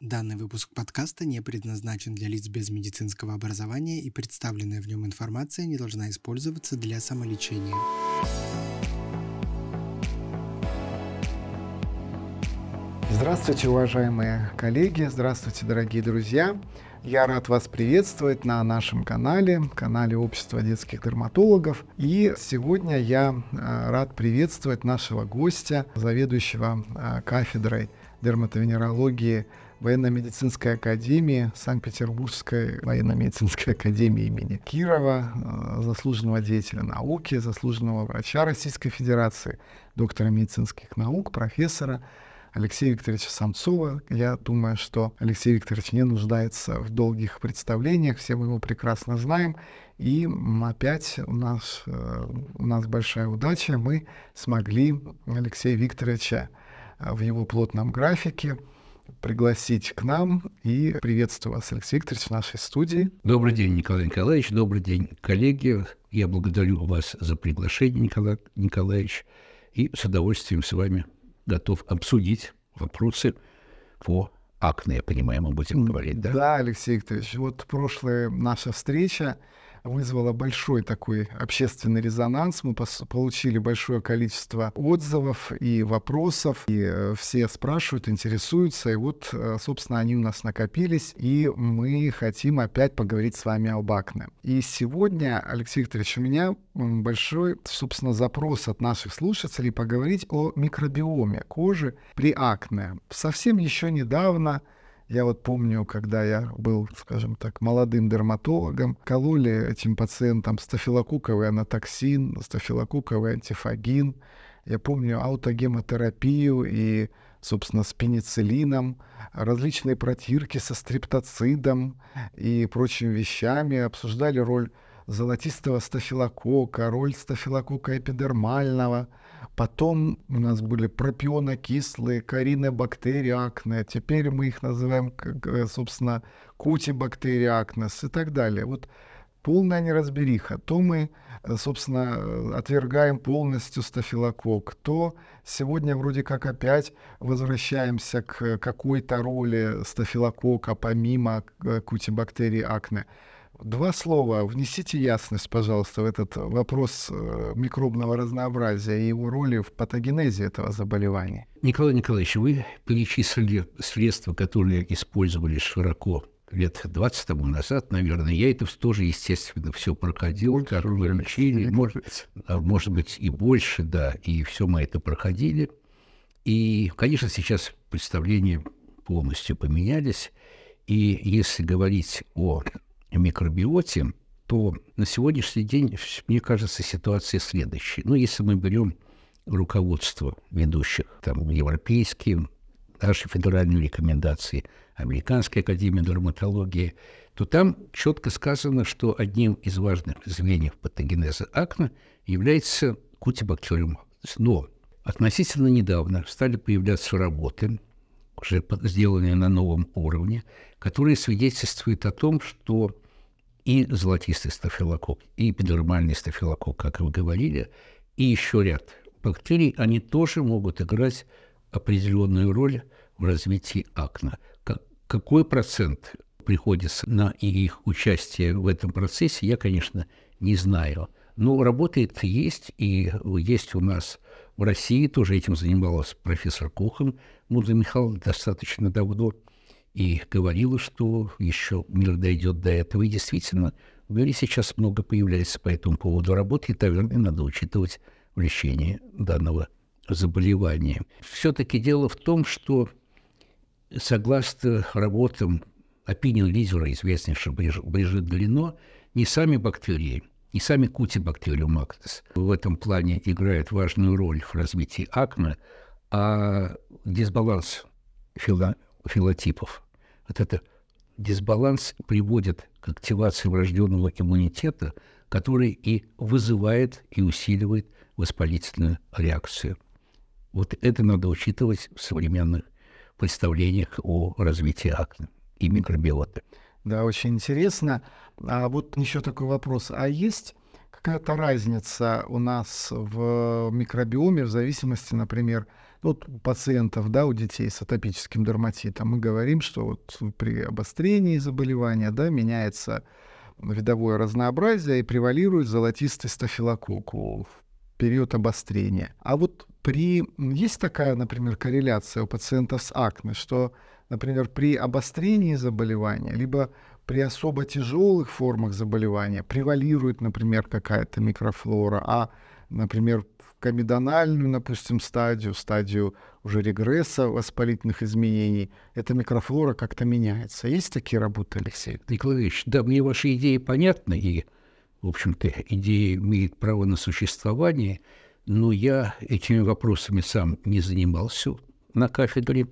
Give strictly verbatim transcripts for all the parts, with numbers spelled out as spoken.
Данный выпуск подкаста не предназначен для лиц без медицинского образования, и представленная в нем информация не должна использоваться для самолечения. Здравствуйте, уважаемые коллеги, здравствуйте, дорогие друзья. Я рад вас приветствовать на нашем канале, канале Общества детских дерматологов. И сегодня я рад приветствовать нашего гостя, заведующего кафедрой дерматовенерологии Военно-медицинской академии Санкт-Петербургской военно-медицинской академии имени Кирова, заслуженного деятеля науки, заслуженного врача Российской Федерации, доктора медицинских наук, профессора Алексея Викторовича Самцова. Я думаю, что Алексей Викторович не нуждается в долгих представлениях, все мы его прекрасно знаем. И опять у нас, у нас большая удача, мы смогли Алексея Викторовича в его плотном графике пригласить к нам. И приветствую вас, Алексей Викторович, в нашей студии. Добрый день, Николай Николаевич, добрый день, коллеги. Я благодарю вас за приглашение, Николай Николаевич, и с удовольствием с вами готов обсудить вопросы по акне. Я понимаю, мы будем говорить, да? Да, Алексей Викторович, вот прошлая наша встреча вызвала большой такой общественный резонанс. Мы пос- получили большое количество отзывов и вопросов, и э, все спрашивают, интересуются, и вот, э, собственно, они у нас накопились, и мы хотим опять поговорить с вами об акне. И сегодня, Алексей Викторович, у меня большой, собственно, запрос от наших слушателей поговорить о микробиоме кожи при акне. Совсем еще недавно, я вот помню, когда я был, скажем так, молодым дерматологом, кололи этим пациентам стафилококковый анатоксин, стафилококковый антифагин. Я помню аутогемотерапию и, собственно, с пенициллином, различные протирки со стрептоцидом и прочими вещами. Обсуждали роль золотистого стафилококка, роль стафилококка эпидермального. Потом у нас были пропионокислые, коринобактерии акне. Теперь мы их называем, как, собственно, кутибактерии акнес и так далее. Вот полная неразбериха. То мы, собственно, отвергаем полностью стафилококк, то сегодня вроде как опять возвращаемся к какой-то роли стафилококка помимо кутибактерии акне. Два слова. Внесите ясность, пожалуйста, в этот вопрос микробного разнообразия и его роли в патогенезе этого заболевания. Николай Николаевич, вы перечислили средства, которые использовались широко лет двадцать тому назад, наверное. Я это тоже, естественно, все проходил, которые лечили, может, может быть, и больше, да, и все мы это проходили. И, конечно, сейчас представления полностью поменялись. И если говорить о микробиоте, то на сегодняшний день, мне кажется, ситуация следующая. Ну, если мы берем руководство ведущих, там, европейские, наши федеральные рекомендации, Американской академии дерматологии, то там четко сказано, что одним из важных звеньев патогенеза акне является кутибактериум. Но относительно недавно стали появляться работы, уже сделанные на новом уровне, которые свидетельствуют о том, что и золотистый стафилококк, и эпидермальный стафилококк, как вы говорили, и еще ряд бактерий, они тоже могут играть определенную роль в развитии акне. Какой процент приходится на их участие в этом процессе, я, конечно, не знаю. Но работает есть, и есть у нас в России, тоже этим занималась профессор Кохан Мудра Михайловна достаточно давно, и говорила, что еще мир дойдет до этого. И действительно, в мире сейчас много появляется по этому поводу работы, и, наверное, надо учитывать в лечении данного заболевания. Все-таки дело в том, что согласно работам опинион-лидера, известнейшего Брижит Галино, не сами бактерии, не сами кутибактериум акнес в этом плане играют важную роль в развитии акне, а дисбаланс фило- филотипов. Вот этот дисбаланс приводит к активации врожденного иммунитета, который и вызывает и усиливает воспалительную реакцию. Вот это надо учитывать в современных представлениях о развитии акне и микробиоты. Да, очень интересно. А вот еще такой вопрос. А есть какая-то разница у нас в микробиоме в зависимости, например, Вот у пациентов, да, у детей с атопическим дерматитом мы говорим, что вот при обострении заболевания, да, меняется видовое разнообразие и превалирует золотистый стафилококк в период обострения. А вот при... Есть такая, например, корреляция у пациентов с акне, что, например, при обострении заболевания, либо при особо тяжелых формах заболевания превалирует, например, какая-то микрофлора, а, например, в комедональную, допустим, стадию, стадию уже регресса воспалительных изменений, эта микрофлора как-то меняется. Есть такие работы, Алексей? Николай Ильич, да, мне ваши идеи понятны, и, в общем-то, идея имеет право на существование, но я этими вопросами сам не занимался на кафедре,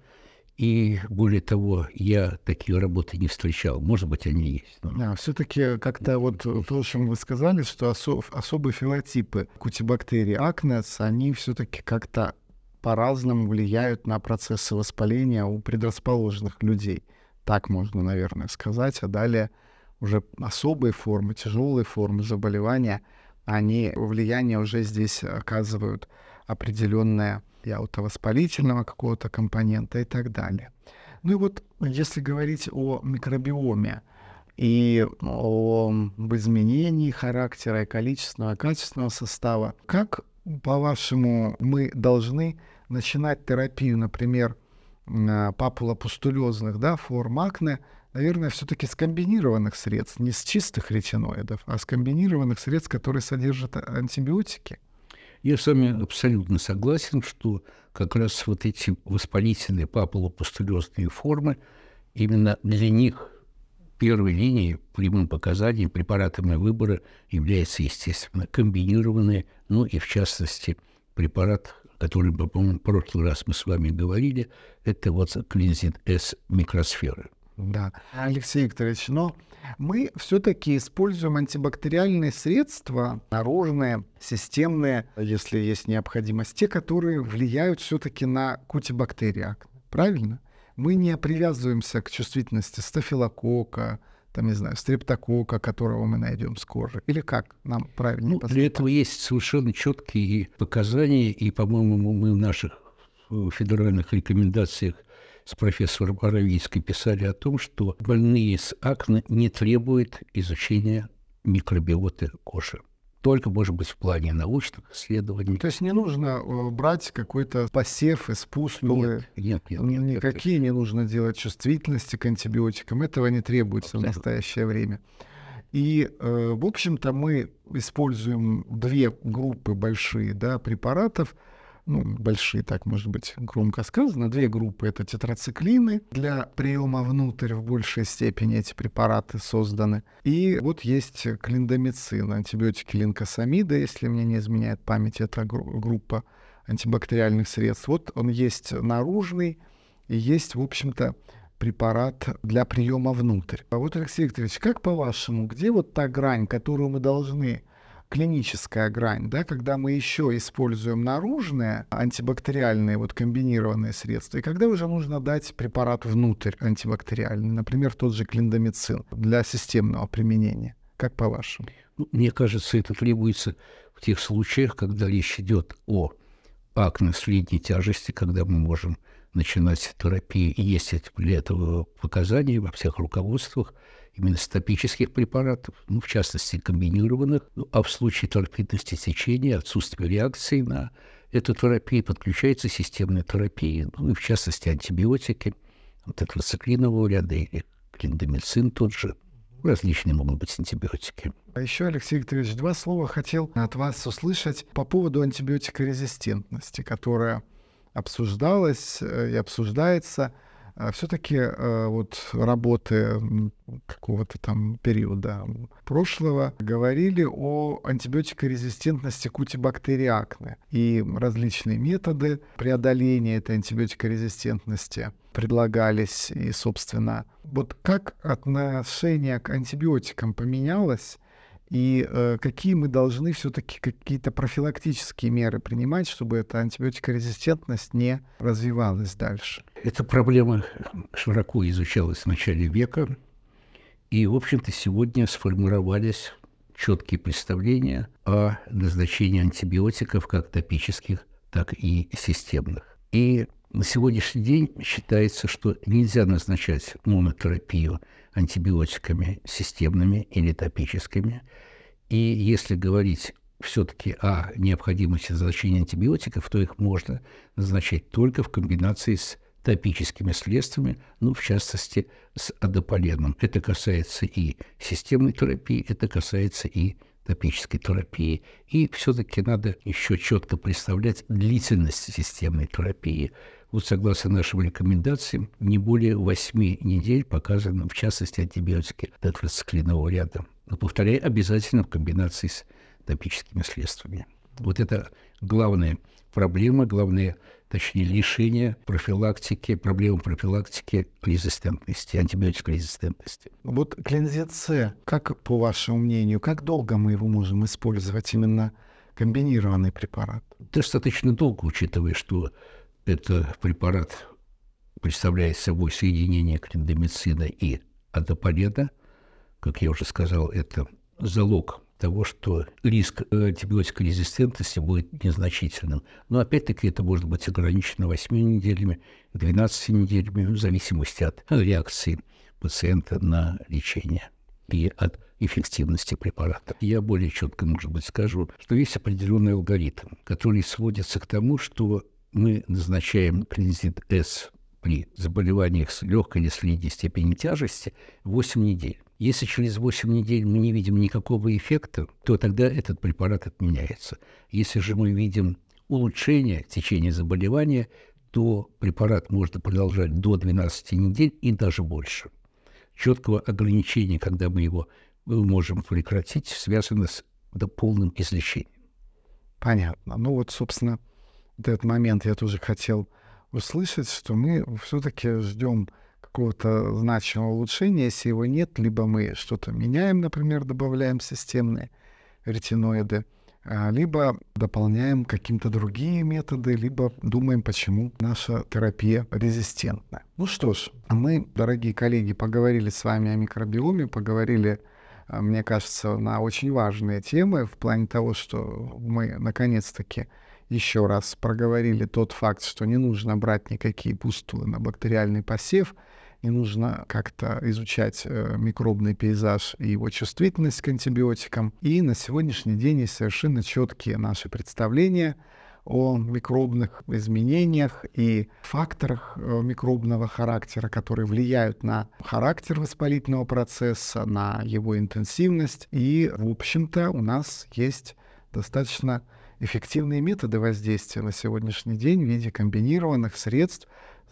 и, более того, я такие работы не встречал. Может быть, они есть. Но... Да, все-таки как-то вот то, о чем вы сказали, что осо- особые филотипы кутибактерий акнес, они все-таки как-то по-разному влияют на процессы воспаления у предрасположенных людей. Так можно, наверное, сказать. А далее уже особые формы, тяжелые формы заболевания, они влияние уже здесь оказывают определенное и аутовоспалительного какого-то компонента и так далее. Ну и вот если говорить о микробиоме и о изменении характера и количественного, и качественного состава, как, по-вашему, мы должны начинать терапию, например, папулопустулезных, да, форм акне, наверное, все-таки с комбинированных средств, не с чистых ретиноидов, а с комбинированных средств, которые содержат антибиотики? Я с вами абсолютно согласен, что как раз вот эти воспалительные папулопустулезные формы, именно для них первой линией прямым показанием препаратами выбора является, естественно, комбинированные, ну и в частности препарат, который, по-моему, в прошлый раз мы с вами говорили, это вот клинзин С микросферы. Да, Алексей Викторович, но мы все-таки используем антибактериальные средства, наружные, системные, если есть необходимость, те, которые влияют все-таки на кутибактерии акне. Правильно? Мы не привязываемся к чувствительности стафилококка, там, не знаю, стрептококка, которого мы найдем с кожи. Или как нам правильно ну, поступать? Для этого есть совершенно четкие показания, и, по-моему, мы в наших федеральных рекомендациях с профессором Аравийской писали о том, что больные с акне не требуют изучения микробиоты кожи. Только, может быть, в плане научных исследований. То есть не нужно э, брать какой-то посев из пустулы? Нет, нет, нет. Никакие нет. не нужно делать чувствительности к антибиотикам. Этого не требуется Абсолютно. В настоящее время. И, э, в общем-то, мы используем две группы большие, да, препаратов, ну, большие, так, может быть, громко сказано, две группы — это тетрациклины, для приема внутрь в большей степени эти препараты созданы. И вот есть клиндамицин, антибиотики линкосамида, если мне не изменяет память, это группа антибактериальных средств. Вот он есть наружный и есть, в общем-то, препарат для приема внутрь. А вот, Алексей Викторович, как по-вашему, где вот та грань, которую мы должны... клиническая грань, да, когда мы еще используем наружные антибактериальные вот комбинированные средства, и когда уже нужно дать препарат внутрь антибактериальный, например, тот же клиндамицин для системного применения? Как по-вашему? Мне кажется, это требуется в тех случаях, когда речь идет о акне средней тяжести, когда мы можем начинать терапию, и есть для этого показания во всех руководствах, именно с топических препаратов, ну, в частности, комбинированных, ну, а в случае торпидности течения, отсутствия реакции на эту терапию, подключается системная терапия, ну, и в частности, антибиотики, тетрациклинового ряда или клиндамицин тот же, различные могут быть антибиотики. А еще, Алексей Викторович, два слова хотел от вас услышать по поводу антибиотикорезистентности, которая обсуждалась и обсуждается. Все-таки э, вот работы какого-то там периода прошлого говорили о антибиотикорезистентности кутибактерий акне. И различные методы преодоления этой антибиотикорезистентности предлагались. И, собственно, вот как отношение к антибиотикам поменялось, и э, какие мы должны все-таки какие-то профилактические меры принимать, чтобы эта антибиотикорезистентность не развивалась дальше? Эта проблема широко изучалась в начале века, и, в общем-то, сегодня сформировались четкие представления о назначении антибиотиков как топических, так и системных. И на сегодняшний день считается, что нельзя назначать монотерапию антибиотиками системными или топическими. И если говорить все-таки о необходимости назначения антибиотиков, то их можно назначать только в комбинации с топическими средствами, ну, в частности, с адополеном. Это касается и системной терапии, это касается и топической терапии. И все-таки надо еще четко представлять длительность системной терапии. Вот согласно нашим рекомендациям, не более восьми недель показано, в частности, антибиотики тетрациклинового ряда. Но, повторяю, обязательно в комбинации с топическими средствами. Вот это главная проблема, главное, точнее, лишение профилактики, проблемы профилактики резистентности, антибиотикорезистентности. Вот клинзет С, как, по вашему мнению, как долго мы его можем использовать, именно комбинированный препарат? Достаточно долго, учитывая, что этот препарат представляет собой соединение клиндамицина и адополена. Как я уже сказал, это залог того, что риск антибиотикорезистентности будет незначительным. Но опять-таки это может быть ограничено восьмью неделями, двенадцатью неделями, в зависимости от реакции пациента на лечение и от эффективности препарата. Я более четко, может быть, скажу, что есть определенный алгоритм, который сводится к тому, что мы назначаем клинзит С при заболеваниях с легкой или средней степенью тяжести восемь недель. Если через восемь недель мы не видим никакого эффекта, то тогда этот препарат отменяется. Если же мы видим улучшение течения заболевания, то препарат можно продолжать до двенадцати недель и даже больше. Четкого ограничения, когда мы его можем прекратить, связано с полным излечением. Понятно. Ну вот, собственно, в этот момент я тоже хотел услышать, что мы все-таки ждем какого-то значимого улучшения. Если его нет, либо мы что-то меняем, например, добавляем системные ретиноиды, либо дополняем какие-то другие методы, либо думаем, почему наша терапия резистентна. Ну что ж, мы, дорогие коллеги, поговорили с вами о микробиоме, поговорили, мне кажется, на очень важные темы в плане того, что мы наконец-таки еще раз проговорили тот факт, что не нужно брать никакие пустулы на бактериальный посев, не нужно как-то изучать э, микробный пейзаж и его чувствительность к антибиотикам. И на сегодняшний день есть совершенно четкие наши представления о микробных изменениях и факторах э, микробного характера, которые влияют на характер воспалительного процесса, на его интенсивность. И, в общем-то, у нас есть достаточно эффективные методы воздействия на сегодняшний день в виде комбинированных средств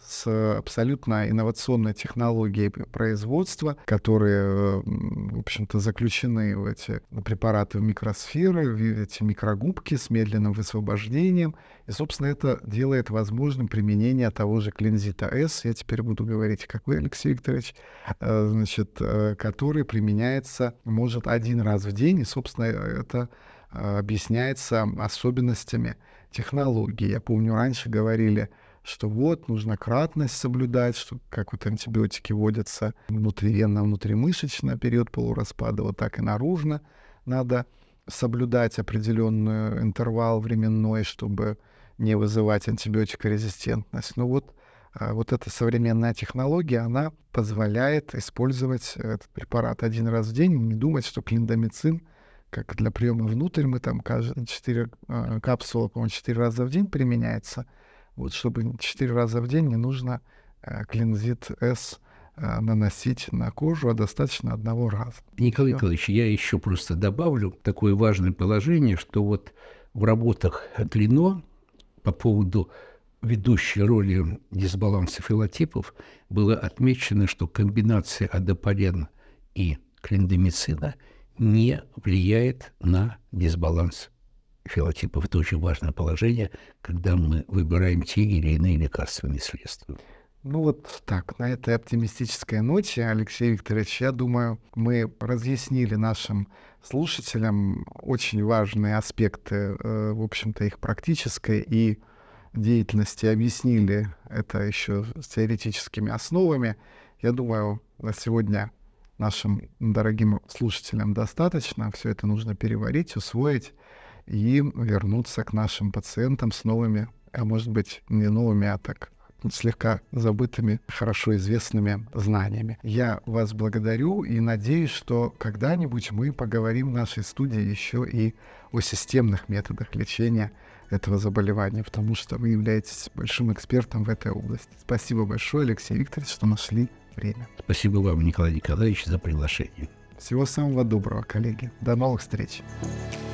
с абсолютно инновационной технологией производства, которые, в общем-то, заключены в эти препараты в микросферы, в эти микрогубки с медленным высвобождением. И, собственно, это делает возможным применение того же клинзита С. Я теперь буду говорить, как вы, Алексей Викторович, значит, который применяется, может, один раз в день. И, собственно, это объясняется особенностями технологии. Я помню, раньше говорили, что вот, нужно кратность соблюдать, что как вот антибиотики вводятся внутривенно, внутримышечно, период полураспада, вот так и наружно надо соблюдать определенный интервал временной, чтобы не вызывать антибиотикорезистентность. Но вот, вот эта современная технология, она позволяет использовать этот препарат один раз в день, не думать, что клиндамицин, как для приема внутрь, мы там четыре капсулы, по-моему, четыре раза в день применяется. Вот чтобы четыре раза в день не нужно э, клинзит С э, наносить на кожу, а достаточно одного раза. Николай Николаевич, я еще просто добавлю такое важное положение, что вот в работах Клино по поводу ведущей роли дисбаланса филотипов было отмечено, что комбинация адополена и клиндамицина не влияет на дисбаланс филотипов. Это очень важное положение, когда мы выбираем те или иные лекарственные средства. Ну вот так, на этой оптимистической ноте, Алексей Викторович, я думаю, мы разъяснили нашим слушателям очень важные аспекты, э, в общем-то, их практической и деятельности, объяснили это еще с теоретическими основами. Я думаю, на сегодня нашим дорогим слушателям достаточно. Все это нужно переварить, усвоить и вернуться к нашим пациентам с новыми а может быть, не новыми, а так слегка забытыми, хорошо известными знаниями. Я вас благодарю и надеюсь, что когда-нибудь мы поговорим в нашей студии еще и о системных методах лечения этого заболевания, потому что вы являетесь большим экспертом в этой области. Спасибо большое, Алексей Викторович, что нашли время. Спасибо вам, Николай Николаевич, за приглашение. Всего самого доброго, коллеги. До новых встреч.